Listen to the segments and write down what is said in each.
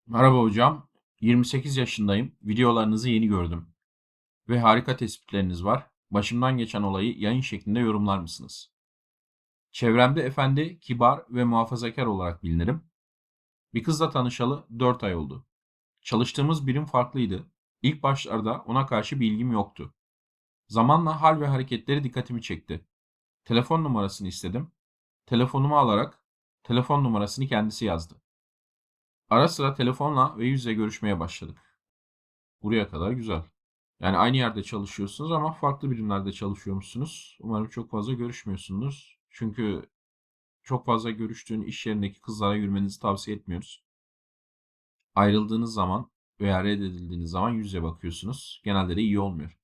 Merhaba hocam. 28 yaşındayım. Videolarınızı yeni gördüm. Ve harika tespitleriniz var. Başımdan geçen olayı yayın şeklinde yorumlar mısınız? Çevremde efendi, kibar ve muhafazakar olarak bilinirim. Bir kızla tanışalı 4 ay oldu. Çalıştığımız birim farklıydı. İlk başlarda ona karşı bir ilgim yoktu. Zamanla hal ve hareketleri dikkatimi çekti. Telefon numarasını istedim. Telefonumu alarak telefon numarasını kendisi yazdı. Ara sıra telefonla ve yüz yüze görüşmeye başladık. Buraya kadar güzel. Yani aynı yerde çalışıyorsunuz ama farklı birimlerde çalışıyormuşsunuz. Umarım çok fazla görüşmüyorsunuz. Çünkü çok fazla görüştüğün iş yerindeki kızlara yürümenizi tavsiye etmiyoruz. Ayrıldığınız zaman veya reddedildiğiniz zaman yüz yüze bakıyorsunuz. Genelde de iyi olmuyor.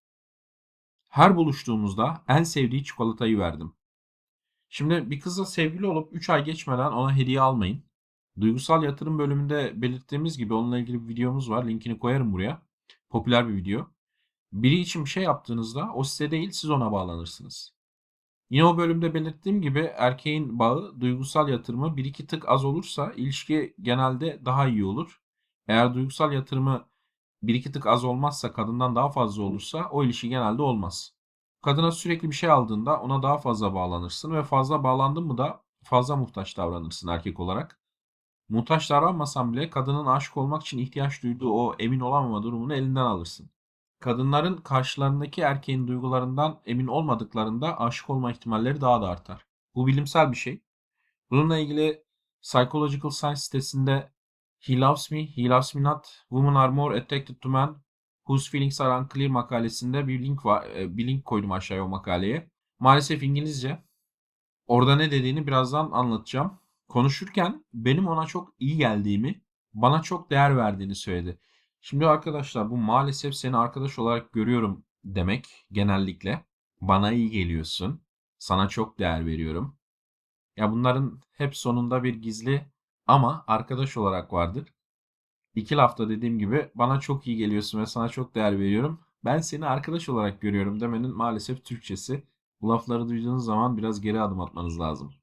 Her buluştuğumuzda en sevdiği çikolatayı verdim. Şimdi bir kızla sevgili olup 3 ay geçmeden ona hediye almayın. Duygusal yatırım bölümünde belirttiğimiz gibi onunla ilgili bir videomuz var. Linkini koyarım buraya. Popüler bir video. Biri için bir şey yaptığınızda o size değil siz ona bağlanırsınız. Yine o bölümde belirttiğim gibi erkeğin bağı duygusal yatırımı bir iki tık az olursa ilişki genelde daha iyi olur. Eğer duygusal yatırımı bir iki tık az olmazsa kadından daha fazla olursa o ilişki genelde olmaz. Kadına sürekli bir şey aldığında ona daha fazla bağlanırsın ve fazla bağlandın mı da fazla muhtaç davranırsın erkek olarak. Muhtaç davranmasan bile kadının aşık olmak için ihtiyaç duyduğu o emin olamama durumunu elinden alırsın. Kadınların karşılarındaki erkeğin duygularından emin olmadıklarında aşık olma ihtimalleri daha da artar. Bu bilimsel bir şey. Bununla ilgili Psychological Science sitesinde He Loves Me, He Loves Me Not, Women Are More Attracted to Men Whose Feelings Are Unclear makalesinde bir link var, bir link koydum aşağıya o makaleye. Maalesef İngilizce. Orada ne dediğini birazdan anlatacağım. Konuşurken benim ona çok iyi geldiğimi, bana çok değer verdiğini söyledi. Şimdi arkadaşlar bu maalesef seni arkadaş olarak görüyorum demek genellikle. Bana iyi geliyorsun. Sana çok değer veriyorum. Ya bunların hep sonunda bir gizli ama arkadaş olarak vardır. İki lafta dediğim gibi bana çok iyi geliyorsun ve sana çok değer veriyorum. Ben seni arkadaş olarak görüyorum demenin maalesef Türkçesi. Bu lafları duyduğunuz zaman biraz geri adım atmanız lazım.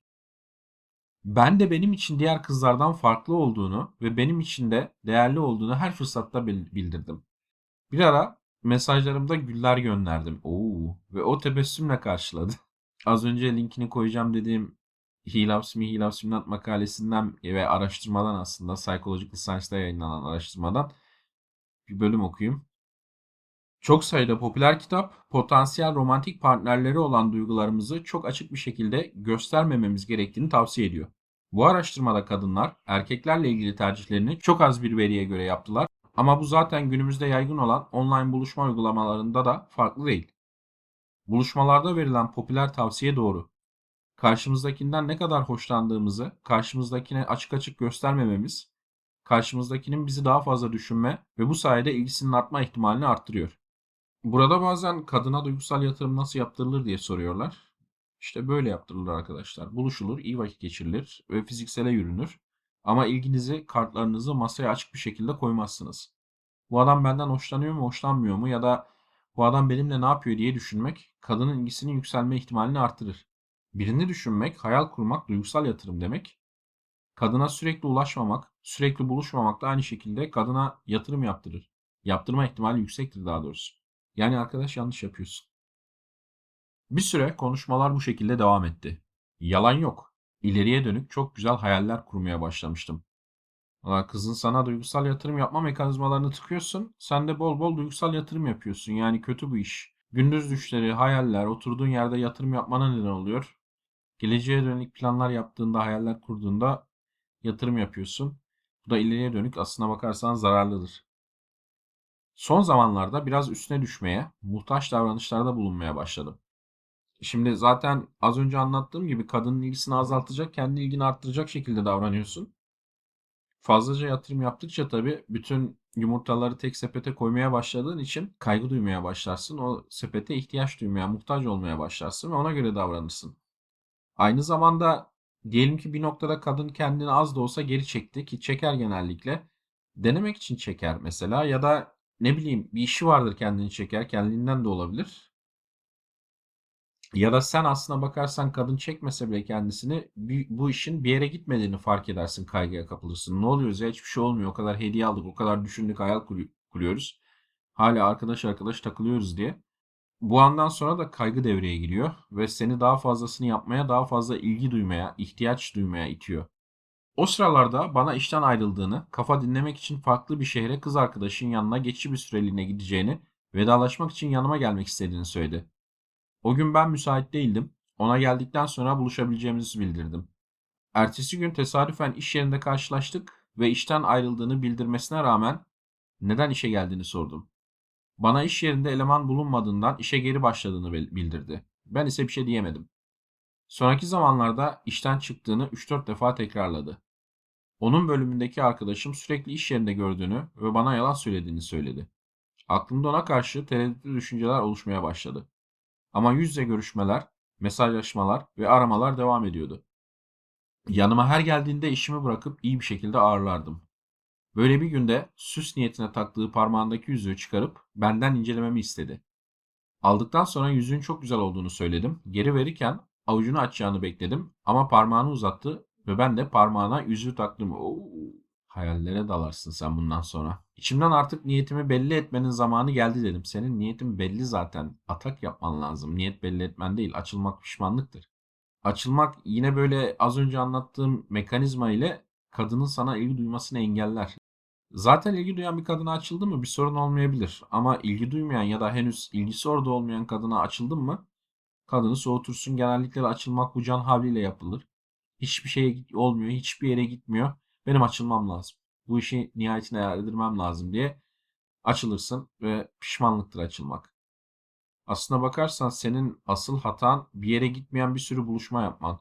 Ben de benim için diğer kızlardan farklı olduğunu ve benim için de değerli olduğunu her fırsatta bildirdim. Bir ara mesajlarımda güller gönderdim. Oo, ve o tebessümle karşıladı. Az önce linkini koyacağım dediğim He Loves Me, He Loves Me Not makalesinden ve araştırmadan aslında Psychological Science'da yayınlanan araştırmadan bir bölüm okuyayım. Çok sayıda popüler kitap, potansiyel romantik partnerleri olan duygularımızı çok açık bir şekilde göstermememiz gerektiğini tavsiye ediyor. Bu araştırmada kadınlar erkeklerle ilgili tercihlerini çok az bir veriye göre yaptılar ama bu zaten günümüzde yaygın olan online buluşma uygulamalarında da farklı değil. Buluşmalarda verilen popüler tavsiye doğru. Karşımızdakinden ne kadar hoşlandığımızı karşımızdakine açık açık göstermememiz, karşımızdakinin bizi daha fazla düşünme ve bu sayede ilgisinin artma ihtimalini arttırıyor. Burada bazen kadına duygusal yatırım nasıl yaptırılır diye soruyorlar. İşte böyle yaptırılır arkadaşlar. Buluşulur, iyi vakit geçirilir ve fiziksele yürünür. Ama ilginizi, kartlarınızı masaya açık bir şekilde koymazsınız. Bu adam benden hoşlanıyor mu, hoşlanmıyor mu ya da bu adam benimle ne yapıyor diye düşünmek kadının ilgisinin yükselme ihtimalini artırır. Birini düşünmek, hayal kurmak duygusal yatırım demek. Kadına sürekli ulaşmamak, sürekli buluşmamak da aynı şekilde kadına yatırım yaptırır. Yaptırma ihtimali yüksektir daha doğrusu. Yani arkadaş yanlış yapıyorsun. Bir süre konuşmalar bu şekilde devam etti. Yalan yok. İleriye dönük çok güzel hayaller kurmaya başlamıştım. Valla kızın sana duygusal yatırım yapma mekanizmalarını tıkıyorsun. Sen de bol bol duygusal yatırım yapıyorsun. Yani kötü bu iş. Gündüz düşleri, hayaller, oturduğun yerde yatırım yapmana neden oluyor. Geleceğe dönük planlar yaptığında, hayaller kurduğunda yatırım yapıyorsun. Bu da ileriye dönük aslına bakarsan zararlıdır. Son zamanlarda biraz üstüne düşmeye, muhtaç davranışlarda bulunmaya başladım. Şimdi zaten az önce anlattığım gibi kadının ilgisini azaltacak, kendi ilgini arttıracak şekilde davranıyorsun. Fazlaca yatırım yaptıkça tabii bütün yumurtaları tek sepete koymaya başladığın için kaygı duymaya başlarsın. O sepete ihtiyaç duymaya, muhtaç olmaya başlarsın ve ona göre davranırsın. Aynı zamanda diyelim ki bir noktada kadın kendini az da olsa geri çekti ki çeker genellikle. Denemek için çeker mesela ya da ne bileyim bir işi vardır kendini çeker, kendinden de olabilir. Ya da sen aslına bakarsan kadın çekmese bile kendisini bu işin bir yere gitmediğini fark edersin, kaygıya kapılırsın. Ne oluyoruz ya, hiçbir şey olmuyor. O kadar hediye aldık, o kadar düşündük, hayal kuruyoruz. Hala arkadaş arkadaş takılıyoruz diye. Bu andan sonra da kaygı devreye giriyor ve seni daha fazlasını yapmaya, daha fazla ilgi duymaya, ihtiyaç duymaya itiyor. O sıralarda bana işten ayrıldığını, kafa dinlemek için farklı bir şehre kız arkadaşın yanına geçici bir süreliğine gideceğini, vedalaşmak için yanıma gelmek istediğini söyledi. O gün ben müsait değildim. Ona geldikten sonra buluşabileceğimizi bildirdim. Ertesi gün tesadüfen iş yerinde karşılaştık ve işten ayrıldığını bildirmesine rağmen neden işe geldiğini sordum. Bana iş yerinde eleman bulunmadığından işe geri başladığını bildirdi. Ben ise bir şey diyemedim. Sonraki zamanlarda işten çıktığını 3-4 defa tekrarladı. Onun bölümündeki arkadaşım sürekli iş yerinde gördüğünü ve bana yalan söylediğini söyledi. Aklımda ona karşı tereddütlü düşünceler oluşmaya başladı. Ama yüz yüze görüşmeler, mesajlaşmalar ve aramalar devam ediyordu. Yanıma her geldiğinde işimi bırakıp iyi bir şekilde ağırlardım. Böyle bir günde süs niyetine taktığı parmağındaki yüzüğü çıkarıp benden incelememi istedi. Aldıktan sonra yüzüğün çok güzel olduğunu söyledim. Geri verirken avucunu açacağını bekledim ama parmağını uzattı ve ben de parmağına yüzüğü taktım. Oo, hayallere dalarsın sen bundan sonra. İçimden artık niyetimi belli etmenin zamanı geldi dedim. Senin niyetin belli zaten. Atak yapman lazım. Niyet belli etmen değil. Açılmak pişmanlıktır. Açılmak yine böyle az önce anlattığım mekanizma ile kadının sana ilgi duymasını engeller. Zaten ilgi duyan bir kadına açıldı mı bir sorun olmayabilir. Ama ilgi duymayan ya da henüz ilgisi orada olmayan kadına açıldın mı kadını soğutursun. Genellikle de açılmak bu can havliyle yapılır. Hiçbir şey olmuyor, hiçbir yere gitmiyor. Benim açılmam lazım. Bu işi nihayetine erdirmem lazım diye açılırsın ve pişmanlıktır açılmak. Aslına bakarsan senin asıl hatan bir yere gitmeyen bir sürü buluşma yapman.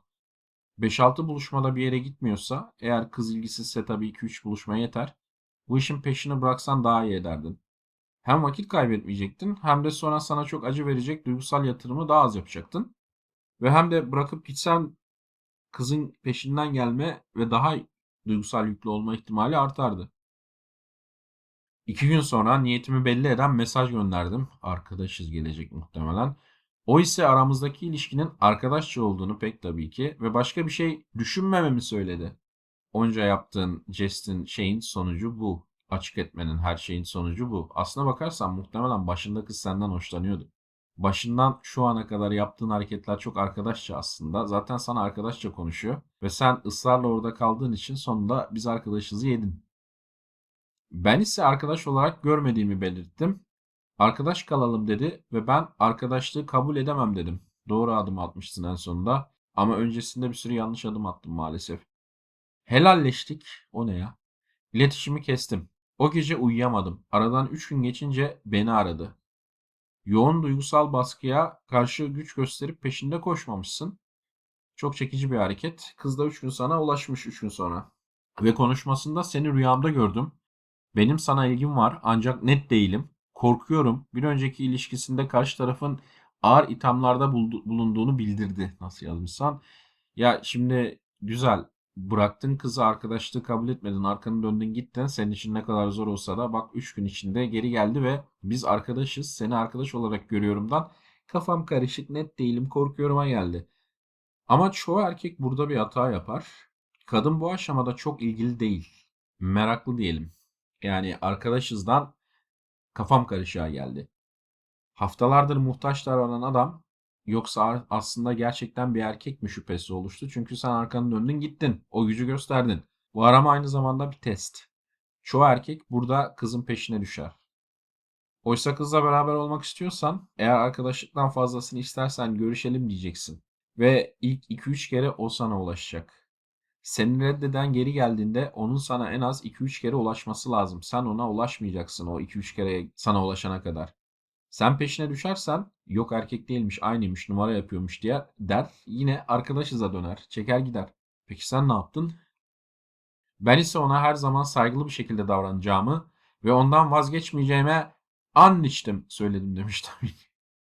5-6 buluşmada bir yere gitmiyorsa, eğer kız ilgisizse tabii 2-3 buluşma yeter. Bu işin peşini bıraksan daha iyi ederdin. Hem vakit kaybetmeyecektin hem de sonra sana çok acı verecek duygusal yatırımı daha az yapacaktın. Ve hem de bırakıp gitsen kızın peşinden gelme ve daha duygusal yüklü olma ihtimali artardı. 2 gün sonra niyetimi belli eden mesaj gönderdim. Arkadaşız gelecek muhtemelen. O ise aramızdaki ilişkinin arkadaşça olduğunu pek tabii ki ve başka bir şey düşünmememi söyledi. Onca yaptığın jestin şeyin sonucu bu. Açık etmenin her şeyin sonucu bu. Aslına bakarsan muhtemelen başında kız senden hoşlanıyordu. Başından şu ana kadar yaptığın hareketler çok arkadaşça aslında. Zaten sana arkadaşça konuşuyor. Ve sen ısrarla orada kaldığın için sonunda biz arkadaşızı yedin. Ben ise arkadaş olarak görmediğimi belirttim. Arkadaş kalalım dedi ve ben arkadaşlığı kabul edemem dedim. Doğru adım atmışsın en sonunda. Ama öncesinde bir sürü yanlış adım attım maalesef. Helalleştik. O ne ya? İletişimi kestim. O gece uyuyamadım. Aradan 3 gün geçince beni aradı. Yoğun duygusal baskıya karşı güç gösterip peşinde koşmamışsın. Çok çekici bir hareket. Kız da 3 gün sana ulaşmış 3 gün sonra. Ve konuşmasında seni rüyamda gördüm. Benim sana ilgim var ancak net değilim. Korkuyorum. Bir önceki ilişkisinde karşı tarafın ağır ithamlarda bulunduğunu bildirdi. Nasıl yazmışsan. Ya şimdi güzel. Bıraktın kızı, arkadaşlığı kabul etmedin. Arkanı döndün gittin. Senin için ne kadar zor olsa da bak 3 gün içinde geri geldi ve biz arkadaşız. Seni arkadaş olarak görüyorumdan kafam karışık, net değilim, korkuyorum'a geldi. Ama çoğu erkek burada bir hata yapar. Kadın bu aşamada çok ilgili değil. Meraklı diyelim. Yani arkadaşızdan kafam karışığa geldi. Haftalardır muhtaç davranan adam yoksa aslında gerçekten bir erkek mi şüphesi oluştu. Çünkü sen arkanı döndün gittin. O gücü gösterdin. Bu arama aynı zamanda bir test. Çoğu erkek burada kızın peşine düşer. Oysa kızla beraber olmak istiyorsan, eğer arkadaşlıktan fazlasını istersen görüşelim diyeceksin. Ve ilk 2-3 kere o sana ulaşacak. Seni reddeden geri geldiğinde onun sana en az 2-3 kere ulaşması lazım. Sen ona ulaşmayacaksın o 2-3 kere sana ulaşana kadar. Sen peşine düşersen yok erkek değilmiş, aynıymış, numara yapıyormuş diye der. Yine arkadaşıza döner, çeker gider. Peki sen ne yaptın? Ben ise ona her zaman saygılı bir şekilde davranacağımı ve ondan vazgeçmeyeceğime and içtim söyledim demiş tabii ki.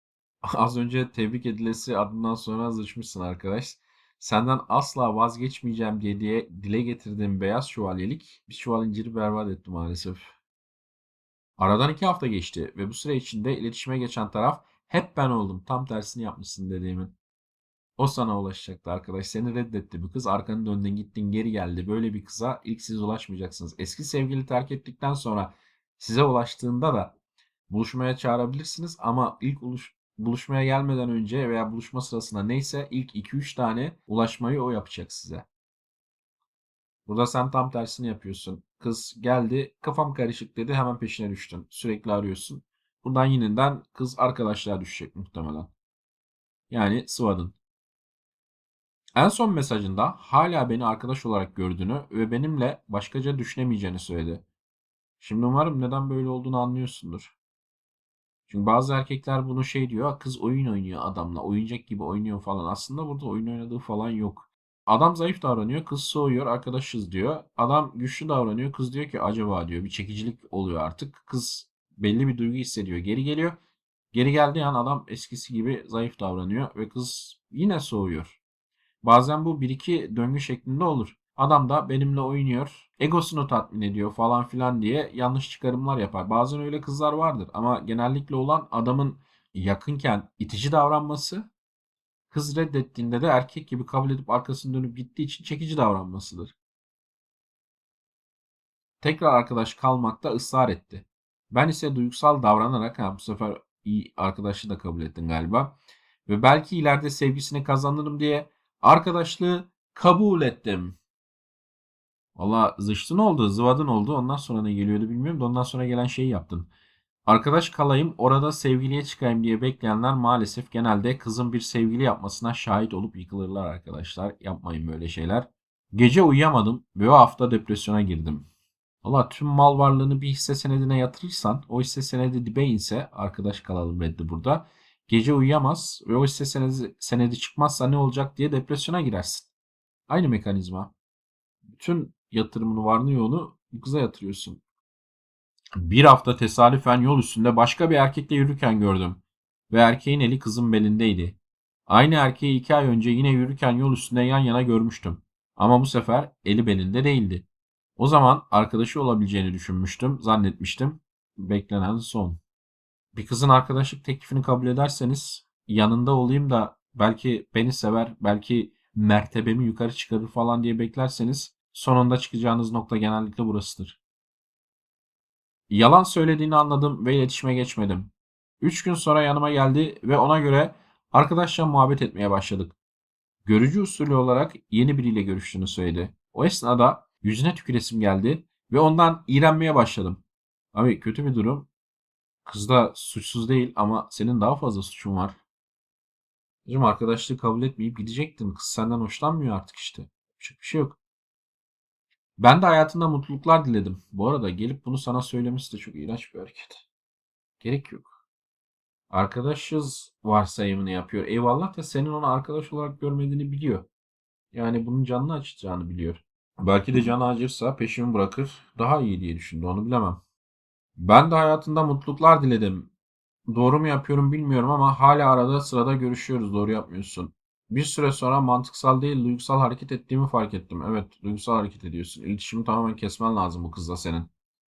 Az önce tebrik edilesi adından sonra zıçmışsın arkadaş. Senden asla vazgeçmeyeceğim diye dile getirdiğim beyaz şövalyelik bir çuval inciri berbat etti maalesef. Aradan 2 hafta geçti ve bu süre içinde iletişime geçen taraf Hep ben oldum. Tam tersini yapmışsın dediğimin. O sana ulaşacaktı arkadaş. Seni reddetti bir kız. Arkanı döndün gittin geri geldi. Böyle bir kıza ilk siz ulaşmayacaksınız. Eski sevgili terk ettikten sonra size ulaştığında da buluşmaya çağırabilirsiniz. Ama ilk buluşmaya gelmeden önce veya buluşma sırasında neyse ilk 2-3 tane ulaşmayı o yapacak size. Burada sen tam tersini yapıyorsun. Kız geldi, kafam karışık dedi, hemen peşine düştün. Sürekli arıyorsun. Buradan yeniden kız arkadaşlığa düşecek muhtemelen. Yani sıvadın. En son mesajında hala beni arkadaş olarak gördüğünü ve benimle başkaca düşünemeyeceğini söyledi. Şimdi umarım neden böyle olduğunu anlıyorsundur. Çünkü bazı erkekler bunu şey diyor, "Ha, kız oyun oynuyor adamla, oyuncak gibi oynuyor falan." Aslında burada oyun oynadığı falan yok. Adam zayıf davranıyor, kız soğuyor, arkadaşız diyor. Adam güçlü davranıyor, kız diyor ki acaba diyor, bir çekicilik oluyor artık. Kız belli bir duygu hissediyor, geri geliyor. Geri geldiği an adam eskisi gibi zayıf davranıyor ve kız yine soğuyor. Bazen bu bir iki döngü şeklinde olur. Adam da benimle oynuyor, egosunu tatmin ediyor falan filan diye yanlış çıkarımlar yapar. Bazen öyle kızlar vardır ama genellikle olan adamın yakınken itici davranması, kız reddettiğinde de erkek gibi kabul edip arkasını dönüp gittiği için çekici davranmasıdır. Tekrar arkadaş kalmakta ısrar etti. Ben ise duygusal davranarak, bu sefer iyi arkadaşı da kabul ettin galiba. Ve belki ileride sevgisini kazanırım diye arkadaşlığı kabul ettim. Valla zıştın oldu, zıvadın oldu. Ondan sonra ne geliyordu bilmiyorum da ondan sonra gelen şeyi yaptın. Arkadaş kalayım, orada sevgiliye çıkayım diye bekleyenler maalesef genelde kızın bir sevgili yapmasına şahit olup yıkılırlar arkadaşlar. Yapmayın böyle şeyler. Gece uyuyamadım ve o hafta depresyona girdim. Valla tüm mal varlığını bir hisse senedine yatırırsan, o hisse senedi dibe inse, arkadaş kalalım reddi burada. Gece uyuyamaz ve o hisse senedi çıkmazsa ne olacak diye depresyona girersin. Aynı mekanizma. Bütün yatırımını, varını yoğunu bu kıza yatırıyorsun. Bir hafta tesadüfen yol üstünde başka bir erkekle yürürken gördüm. Ve erkeğin eli kızın belindeydi. Aynı erkeği 2 ay önce yine yürürken yol üstünde yan yana görmüştüm. Ama bu sefer eli belinde değildi. O zaman arkadaşı olabileceğini düşünmüştüm, zannetmiştim. Beklenen son. Bir kızın arkadaşlık teklifini kabul ederseniz yanında olayım da belki beni sever, belki mertebemi yukarı çıkarır falan diye beklerseniz sonunda çıkacağınız nokta genellikle burasıdır. Yalan söylediğini anladım ve iletişime geçmedim. 3 gün sonra yanıma geldi ve ona göre arkadaşla muhabbet etmeye başladık. Görücü usulü olarak yeni biriyle görüştüğünü söyledi. O esnada yüzüne tüküresim geldi ve ondan iğrenmeye başladım. Abi kötü bir durum. Kız da suçsuz değil ama senin daha fazla suçun var. Hocam arkadaşlığı kabul etmeyip gidecektin. Kız senden hoşlanmıyor artık işte. Yapacak bir şey yok. Ben de hayatında mutluluklar diledim. Bu arada gelip bunu sana söylemesi de çok iğrenç bir hareket. Gerek yok. Arkadaşız varsayımını yapıyor. Eyvallah da senin onu arkadaş olarak görmediğini biliyor. Yani bunun canını acıtacağını biliyor. Belki de canı acırsa peşimi bırakır. Daha iyi diye düşündü. Onu bilemem. Ben de hayatında mutluluklar diledim. Doğru mu yapıyorum bilmiyorum ama hala arada sırada görüşüyoruz. Doğru yapmıyorsun. Bir süre sonra mantıksal değil duygusal hareket ettiğimi fark ettim. Evet, duygusal hareket ediyorsun. İletişimi tamamen kesmen lazım bu kızla senin.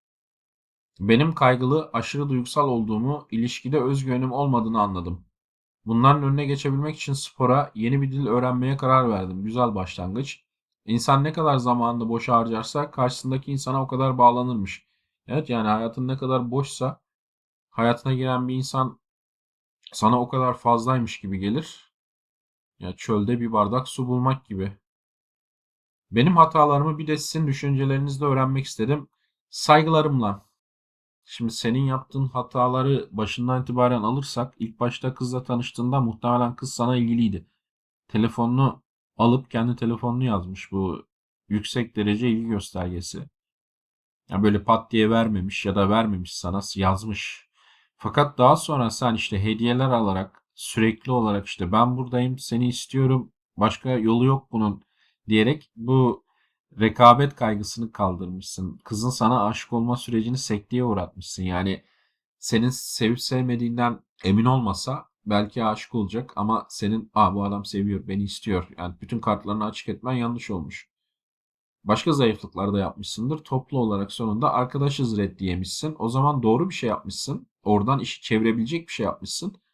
Benim kaygılı, aşırı duygusal olduğumu, ilişkide özgüvenim olmadığını anladım. Bunların önüne geçebilmek için spora, yeni bir dil öğrenmeye karar verdim. Güzel başlangıç. İnsan ne kadar zamanını boşa harcarsa karşısındaki insana o kadar bağlanırmış. Evet, yani hayatın ne kadar boşsa hayatına giren bir insan sana o kadar fazlaymış gibi gelir. Ya çölde bir bardak su bulmak gibi. Benim hatalarımı bir de sizin düşüncelerinizle öğrenmek istedim. Saygılarımla. Şimdi senin yaptığın hataları başından itibaren alırsak, ilk başta kızla tanıştığında muhtemelen kız sana ilgiliydi. Telefonunu alıp kendi telefonunu yazmış, bu yüksek derece ilgi göstergesi. Yani böyle pat diye vermemiş ya da vermemiş, sana yazmış. Fakat daha sonra sen işte hediyeler alarak, sürekli olarak işte ben buradayım, seni istiyorum, başka yolu yok bunun diyerek bu rekabet kaygısını kaldırmışsın. Kızın sana aşık olma sürecini sekteye uğratmışsın. Yani senin sevip sevmediğinden emin olmasa belki aşık olacak ama senin bu adam seviyor, beni istiyor. Yani bütün kartlarını açık etmen yanlış olmuş. Başka zayıflıklar da yapmışsındır. Toplu olarak sonunda arkadaşız red diyemişsin. O zaman doğru bir şey yapmışsın. Oradan işi çevirebilecek bir şey yapmışsın.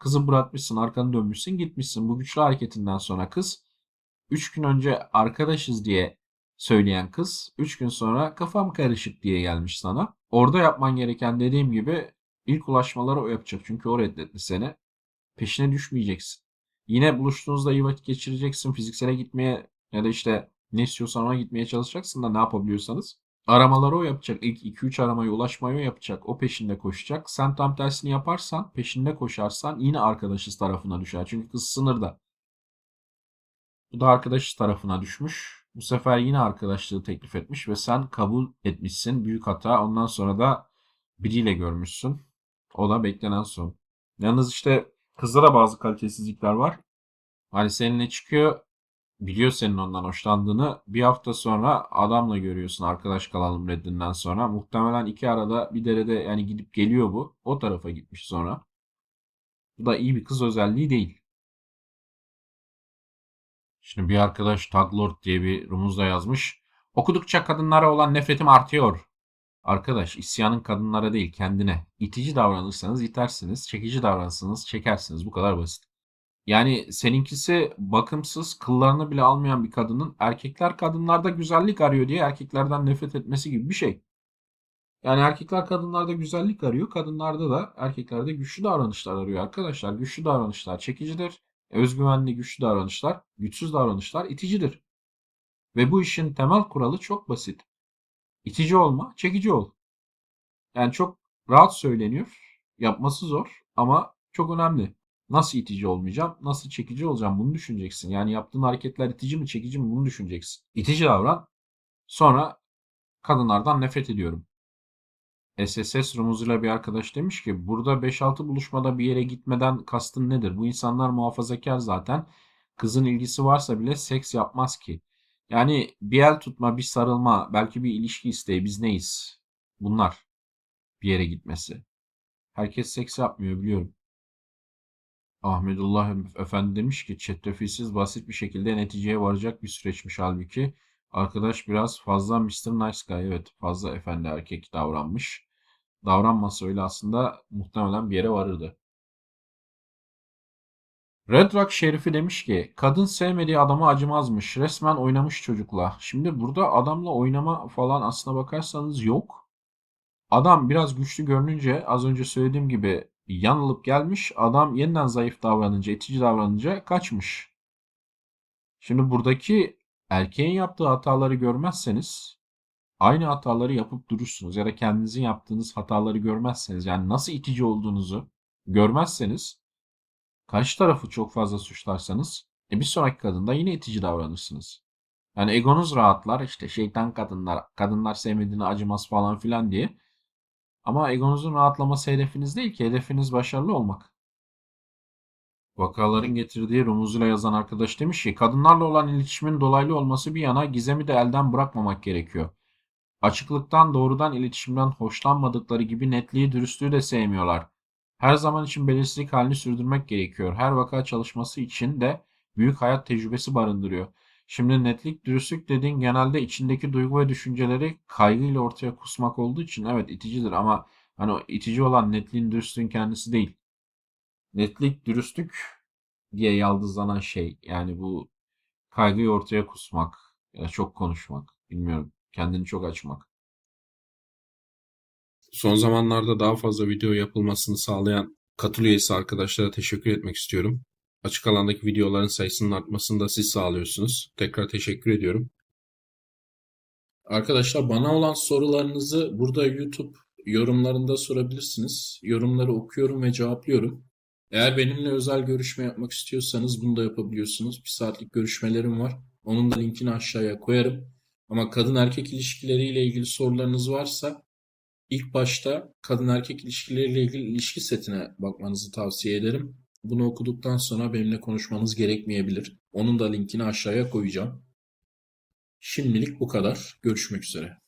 Kızı bırakmışsın, arkanı dönmüşsün, gitmişsin. Bu güçlü hareketinden sonra kız 3 gün önce arkadaşız diye söyleyen kız 3 gün sonra kafam karışık diye gelmiş sana. Orada yapman gereken dediğim gibi ilk ulaşmaları o yapacak. Çünkü o reddetti seni. Peşine düşmeyeceksin. Yine buluştuğunuzda iyi vakit geçireceksin. Fiziksele gitmeye ya da işte ne istiyorsan ona gitmeye çalışacaksın da ne yapabiliyorsanız. Aramaları o yapacak. İlk 2-3 aramayı ulaşmayı o yapacak. O peşinde koşacak. Sen tam tersini yaparsan, peşinde koşarsan yine arkadaşız tarafına düşer. Çünkü kız sınırda. Bu da arkadaşız tarafına düşmüş. Bu sefer yine arkadaşlığı teklif etmiş ve sen kabul etmişsin. Büyük hata. Ondan sonra da biriyle görmüşsün. O da beklenen son. Yalnız işte kızda da bazı kalitesizlikler var. Hani seninle çıkıyor, biliyor senin ondan hoşlandığını. Bir hafta sonra adamla görüyorsun arkadaş kalalım reddinden sonra. Muhtemelen iki arada bir derede yani gidip geliyor bu. O tarafa gitmiş sonra. Bu da iyi bir kız özelliği değil. Şimdi bir arkadaş Taglord diye bir rumuzda yazmış. Okudukça kadınlara olan nefretim artıyor. Arkadaş, isyanın kadınlara değil kendine. İtici davranırsanız itersiniz, çekici davranırsanız çekersiniz. Bu kadar basit. Yani seninkisi bakımsız, kıllarını bile almayan bir kadının erkekler kadınlarda güzellik arıyor diye erkeklerden nefret etmesi gibi bir şey. Yani erkekler kadınlarda güzellik arıyor, kadınlarda da erkeklerde güçlü davranışlar arıyor arkadaşlar. Güçlü davranışlar çekicidir. Özgüvenli güçlü davranışlar, güçsüz davranışlar iticidir. Ve bu işin temel kuralı çok basit. İtici olma, çekici ol. Yani çok rahat söyleniyor. Yapması zor ama çok önemli. Nasıl itici olmayacağım, nasıl çekici olacağım bunu düşüneceksin. Yani yaptığın hareketler itici mi çekici mi bunu düşüneceksin. İtici davran. Sonra kadınlardan nefret ediyorum. SSS rumuzuyla bir arkadaş demiş ki burada 5-6 buluşmada bir yere gitmeden kastın nedir? Bu insanlar muhafazakar zaten. Kızın ilgisi varsa bile seks yapmaz ki. Yani bir el tutma, bir sarılma, belki bir ilişki isteği biz neyiz? Bunlar bir yere gitmesi. Herkes seks yapmıyor biliyorum. Ahmedullah Efendi demiş ki çetrefilsiz basit bir şekilde neticeye varacak bir süreçmiş halbuki. Arkadaş biraz fazla Mister Nice Guy, evet fazla efendi erkek davranmış. Davranmasa öyle aslında muhtemelen bir yere varırdı. Red Rock Şerifi demiş ki kadın sevmediği adama acımazmış. Resmen oynamış çocukla. Şimdi burada adamla oynama falan aslına bakarsanız yok. Adam biraz güçlü görününce az önce söylediğim gibi yanılıp gelmiş. Adam yeniden zayıf davranınca, itici davranınca kaçmış. Şimdi buradaki erkeğin yaptığı hataları görmezseniz aynı hataları yapıp durursunuz. Ya da kendinizin yaptığınız hataları görmezseniz yani nasıl itici olduğunuzu görmezseniz karşı tarafı çok fazla suçlarsanız bir sonraki kadında yine itici davranırsınız. Yani egonuz rahatlar işte şeytan kadınlar, kadınlar sevmediğini acımaz falan filan diye. Ama egonuzun rahatlaması hedefiniz değil ki. Hedefiniz başarılı olmak. Vakaların getirdiği rumuzuyla yazan arkadaş demiş ki kadınlarla olan iletişimin dolaylı olması bir yana gizemi de elden bırakmamak gerekiyor. Açıklıktan doğrudan iletişimden hoşlanmadıkları gibi netliği dürüstlüğü de sevmiyorlar. Her zaman için belirsizlik halini sürdürmek gerekiyor. Her vaka çalışması için de büyük hayat tecrübesi barındırıyor. Şimdi netlik, dürüstlük dediğin genelde içindeki duygu ve düşünceleri kaygıyla ortaya kusmak olduğu için evet iticidir ama hani o itici olan netliğin, dürüstlüğün kendisi değil. Netlik, dürüstlük diye yaldızlanan şey. Yani bu kaygıyı ortaya kusmak ya da çok konuşmak, bilmiyorum, kendini çok açmak. Son zamanlarda daha fazla video yapılmasını sağlayan katıl üyesi arkadaşlara teşekkür etmek istiyorum. Açık alandaki videoların sayısının artmasını da siz sağlıyorsunuz. Tekrar teşekkür ediyorum. Arkadaşlar bana olan sorularınızı burada YouTube yorumlarında sorabilirsiniz. Yorumları okuyorum ve cevaplıyorum. Eğer benimle özel görüşme yapmak istiyorsanız bunu da yapabiliyorsunuz. Bir saatlik görüşmelerim var. Onun da linkini aşağıya koyarım. Ama kadın erkek ilişkileriyle ilgili sorularınız varsa İlk başta kadın erkek ilişkileriyle ilgili ilişki setine bakmanızı tavsiye ederim. Bunu okuduktan sonra benimle konuşmanız gerekmeyebilir. Onun da linkini aşağıya koyacağım. Şimdilik bu kadar. Görüşmek üzere.